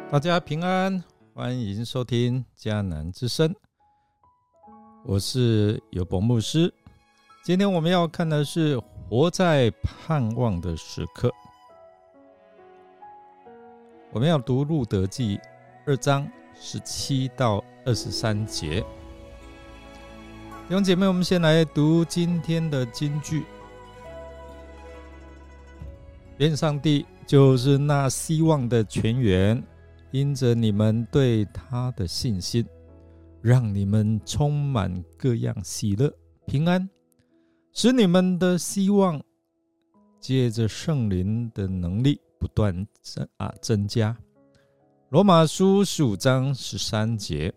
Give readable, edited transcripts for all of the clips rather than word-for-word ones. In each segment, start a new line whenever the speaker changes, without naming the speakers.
大家平安，欢迎收听迦南之声，我是有伯牧师。今天我们要看的是活在盼望的时刻。我们要读路得记2章17到23节。弟兄姐妹，我们先来读今天的金句。愿上帝就是那希望的泉源，因着你们对他的信心，让你们充满各样喜乐平安，使你们的希望借着圣灵的能力不断增加。罗马书15章13节。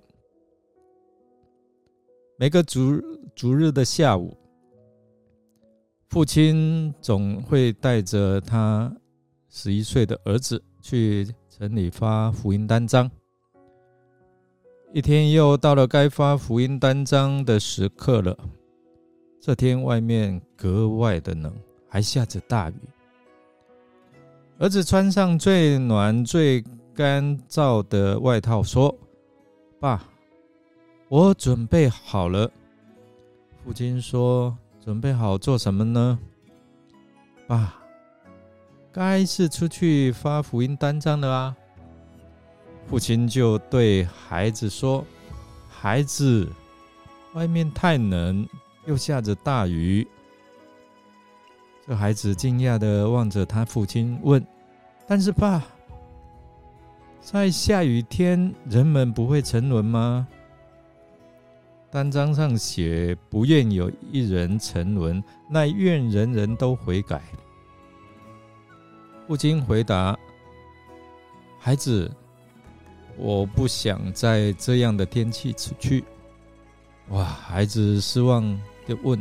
每个主日的下午，父亲总会带着他11岁的儿子去城里发福音单张。一天又到了该发福音单张的时刻了。这天外面格外的冷，还下着大雨。儿子穿上最暖最干燥的外套说：爸，我准备好了。父亲说：准备好做什么呢？爸，该是出去发福音单张了啊。父亲就对孩子说：孩子，外面太冷，又下着大雨。这孩子惊讶地望着他父亲问：但是爸，在下雨天人们不会沉沦吗？单张上写：不愿有一人沉沦，乃愿人人都悔改。父亲回答：孩子，我不想在这样的天气出去。哇！孩子失望地问：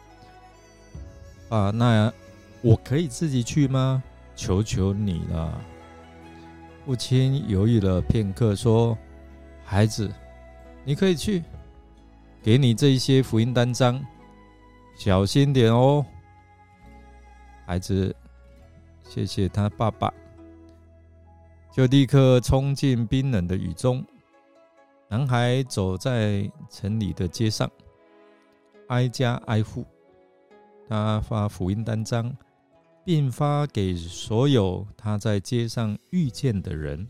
爸，那我可以自己去吗？求求你了。父亲犹豫了片刻说：孩子，你可以去，给你这一些福音单张，小心点哦。孩子谢谢他爸爸，就立刻冲进冰冷的雨中。男孩走在城里的街上，挨家挨户，他发福音单张，并发给所有他在街上遇见的人。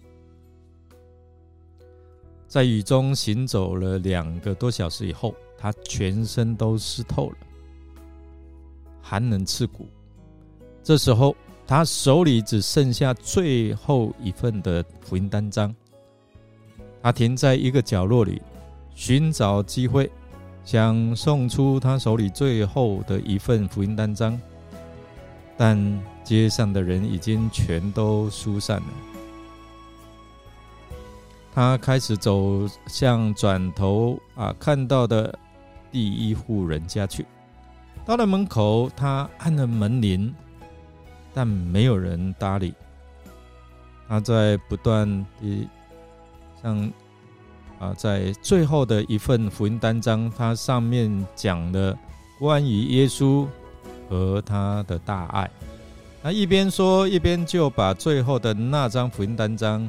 在雨中行走了2个多小时以后，他全身都湿透了，寒冷刺骨。这时候他手里只剩下最后一份的福音单张。他停在一个角落里，寻找机会想送出他手里最后的一份福音单张，但街上的人已经全都疏散了。他开始走向转头看到的第一户人家去。到了门口，他按了门铃，但没有人搭理。他在不断地在最后的一份福音单张，他上面讲了关于耶稣和他的大爱。他一边说，一边就把最后的那张福音单张，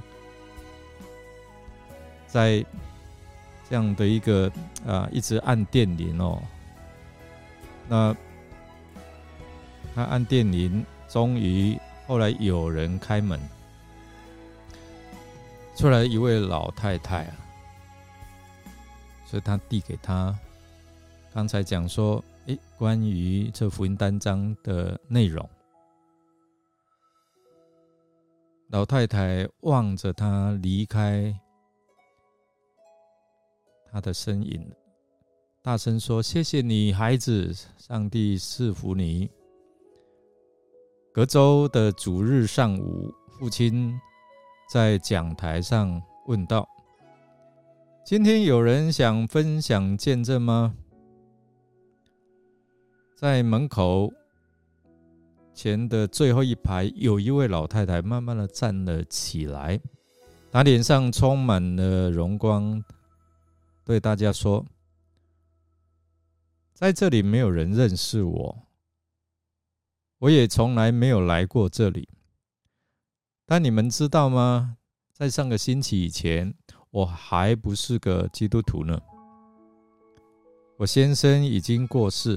在这样的一个一直按电铃哦。那他按电铃，终于后来有人开门，出来一位老太太所以他递给他刚才讲说关于这福音单张的内容。老太太望着他离开他的身影，大声说：谢谢你，孩子，上帝赐福你。隔周的主日上午，父亲在讲台上问道：今天有人想分享见证吗？在门口前的最后一排，有一位老太太慢慢的站了起来，她脸上充满了荣光，对大家说：在这里没有人认识我，我也从来没有来过这里，但你们知道吗？ 在上个星期以前，我还不是个基督徒呢。我先生已经过世，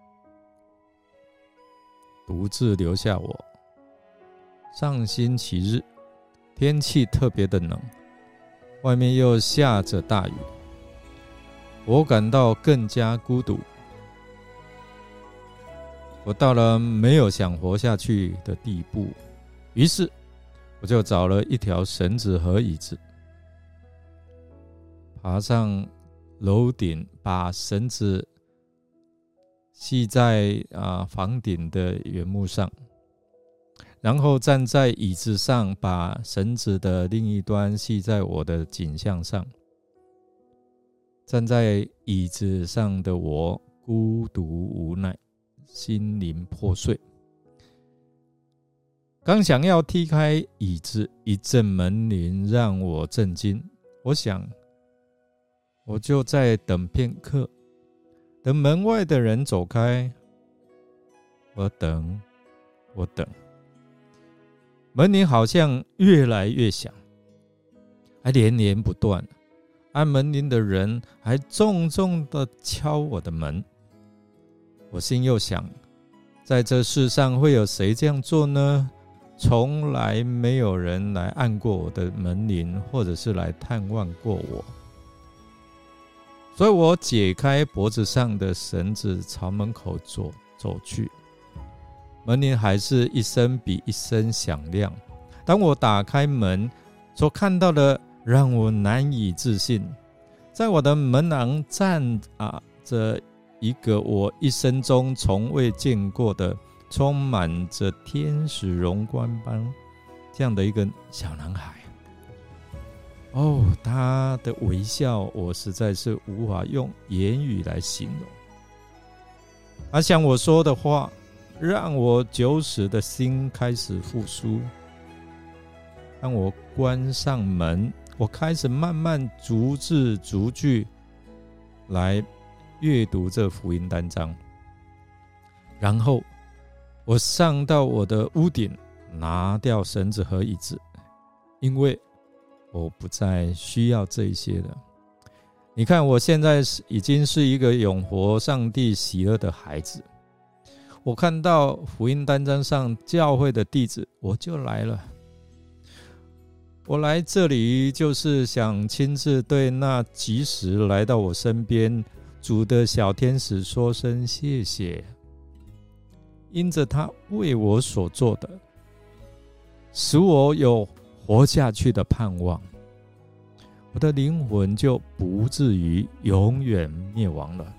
独自留下我。上星期日，天气特别的冷，外面又下着大雨，我感到更加孤独。我到了没有想活下去的地步，于是我就找了一条绳子和椅子，爬上楼顶，把绳子系在房顶的原木上，然后站在椅子上，把绳子的另一端系在我的颈项上。站在椅子上的我孤独无奈，心灵破碎。刚想要踢开椅子，一阵门铃让我震惊。我想，我就在等片刻，等门外的人走开。我等，门铃好像越来越响，还连连不断。按门铃的人还重重地敲我的门。我心又想，在这世上会有谁这样做呢？从来没有人来按过我的门铃，或者是来探望过我。所以我解开脖子上的绳子，朝门口走去。门铃还是一声比一声响亮。当我打开门，所看到的让我难以置信。在我的门廊站着一个我一生中从未见过的，充满着天使荣光般这样的一个小男孩。他的微笑我实在是无法用言语来形容。他向我说的话，让我久死的心开始复苏。当我关上门，我开始慢慢逐字逐句来阅读这福音单章。然后我上到我的屋顶，拿掉绳子和椅子，因为我不再需要这一些了。你看，我现在已经是一个永活上帝喜乐的孩子。我看到福音单章上教会的地址，我就来了。我来这里就是想亲自对那及时来到我身边主的小天使说声谢谢，因着他为我所做的，使我有活下去的盼望，我的灵魂就不至于永远灭亡了。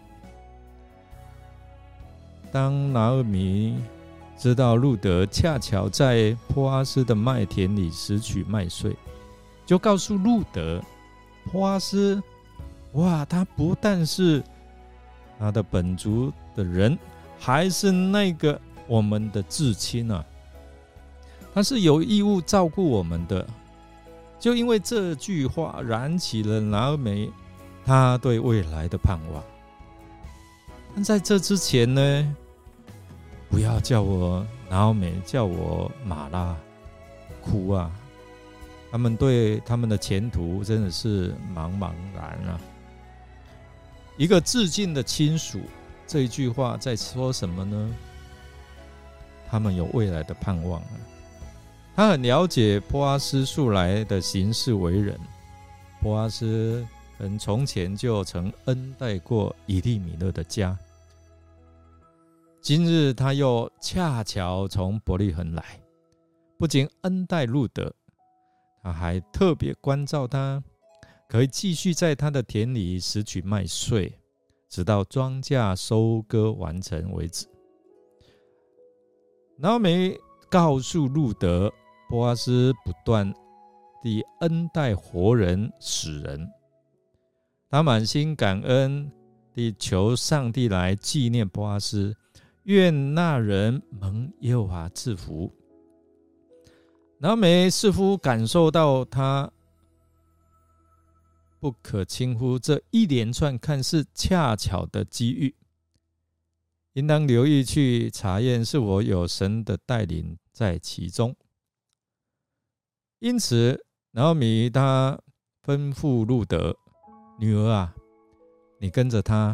当拿俄米知道路德恰巧在波阿斯的麦田里拾取麦穗，就告诉路德，波阿斯，他不但是他的本族的人，还是那个我们的至亲啊，他是有义务照顾我们的。就因为这句话燃起了拿俄米他对未来的盼望。但在这之前呢，不要叫我拿俄米，叫我玛拉哭啊！他们对他们的前途真的是茫茫然啊！一个至近的亲属，这一句话在说什么呢？他们有未来的盼望啊！他很了解波阿斯素来的行事为人，波阿斯从前就曾恩待过以利米勒的家，今日他又恰巧从伯利恒来，不仅恩待路德，他还特别关照他，可以继续在他的田里拾取麦穗，直到庄稼收割完成为止。拿俄米告诉路德，波阿斯不断地恩待活人死人，他满心感恩地求上帝来纪念波阿斯，愿那人蒙耶和华赐福。拿俄米似乎感受到他不可轻忽这一连串看似恰巧的机遇，应当留意去查验是否有神的带领在其中。因此拿俄米他吩咐路得，女儿啊，你跟着他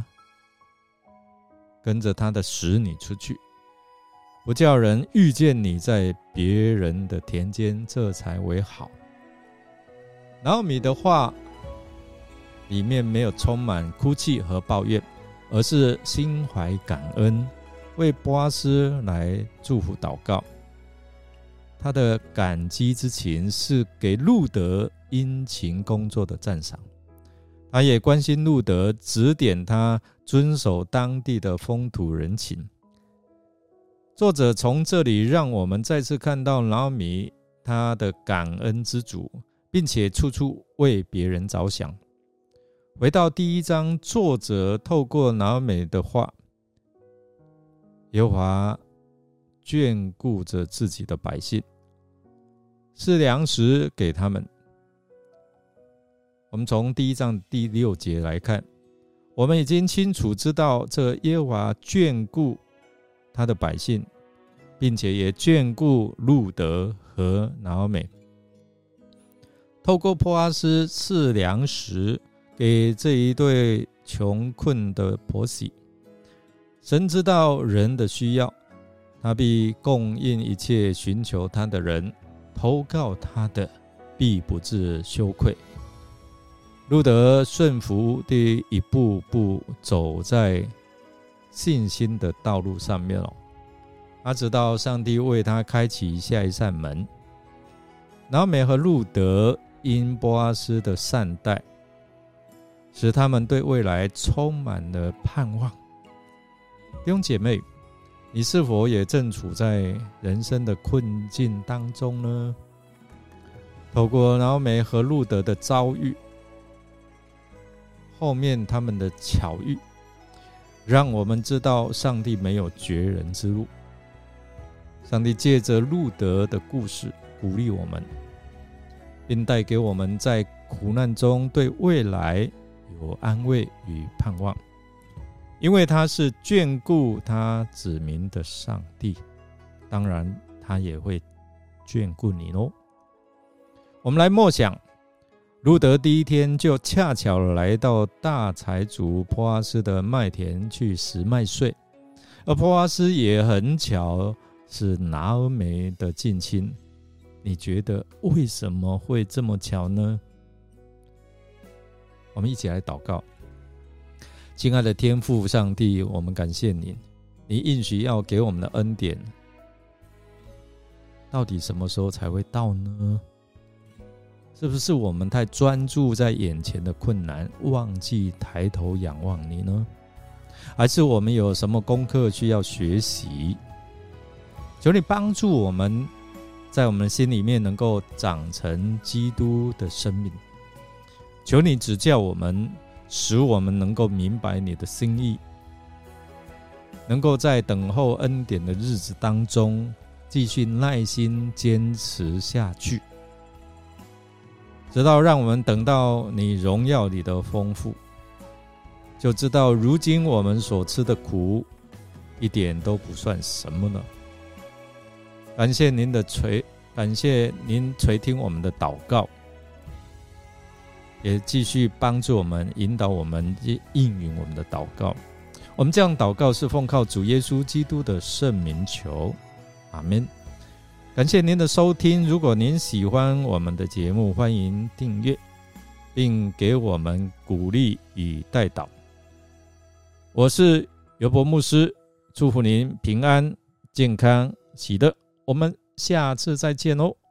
的使女出去，不叫人遇见你在别人的田间，这才为好。拿俄米的话里面没有充满哭泣和抱怨，而是心怀感恩，为波阿斯来祝福祷告。他的感激之情是给路得殷勤工作的赞赏，他也关心路得，指点他遵守当地的风土人情。作者从这里让我们再次看到拿俄米他的感恩之主，并且处处为别人着想。回到第1章，作者透过拿俄米的话，耶和华眷顾着自己的百姓，是粮食给他们。我们从第1章第6节来看，我们已经清楚知道这耶和华眷顾他的百姓，并且也眷顾路得和拿俄米。透过波阿斯赐粮食给这一对穷困的婆媳，神知道人的需要，他必供应一切寻求他的人，投靠他的必不致羞愧。路得顺服地一步步走在信心的道路上面，他知道上帝为他开启下一扇门。拿俄米和路得因波阿斯的善待，使他们对未来充满了盼望。弟兄姐妹，你是否也正处在人生的困境当中呢？透过拿俄米和路得的遭遇，后面他们的巧遇，让我们知道上帝没有绝人之路。上帝借着路得的故事鼓励我们，并带给我们在苦难中对未来有安慰与盼望，因为他是眷顾他子民的上帝，当然他也会眷顾你咯。我们来默想，路得第1天就恰巧来到大财主波阿斯的麦田去拾麦穗，而波阿斯也很巧是拿俄米的近亲。你觉得为什么会这么巧呢？我们一起来祷告。亲爱的天父上帝，我们感谢你，你应许要给我们的恩典，到底什么时候才会到呢？是不是我们太专注在眼前的困难，忘记抬头仰望你呢？还是我们有什么功课需要学习？求你帮助我们，在我们心里面能够长成基督的生命。求你指教我们，使我们能够明白你的心意，能够在等候恩典的日子当中，继续耐心坚持下去，直到让我们等到你荣耀里的丰富，就知道如今我们所吃的苦一点都不算什么了。感谢您垂听我们的祷告，也继续帮助我们，引导我们，应允我们的祷告。我们这样祷告是奉靠主耶稣基督的圣名求，阿们。感谢您的收听，如果您喜欢我们的节目，欢迎订阅并给我们鼓励与代祷。我是尤伯牧师，祝福您平安健康喜乐，我们下次再见哦。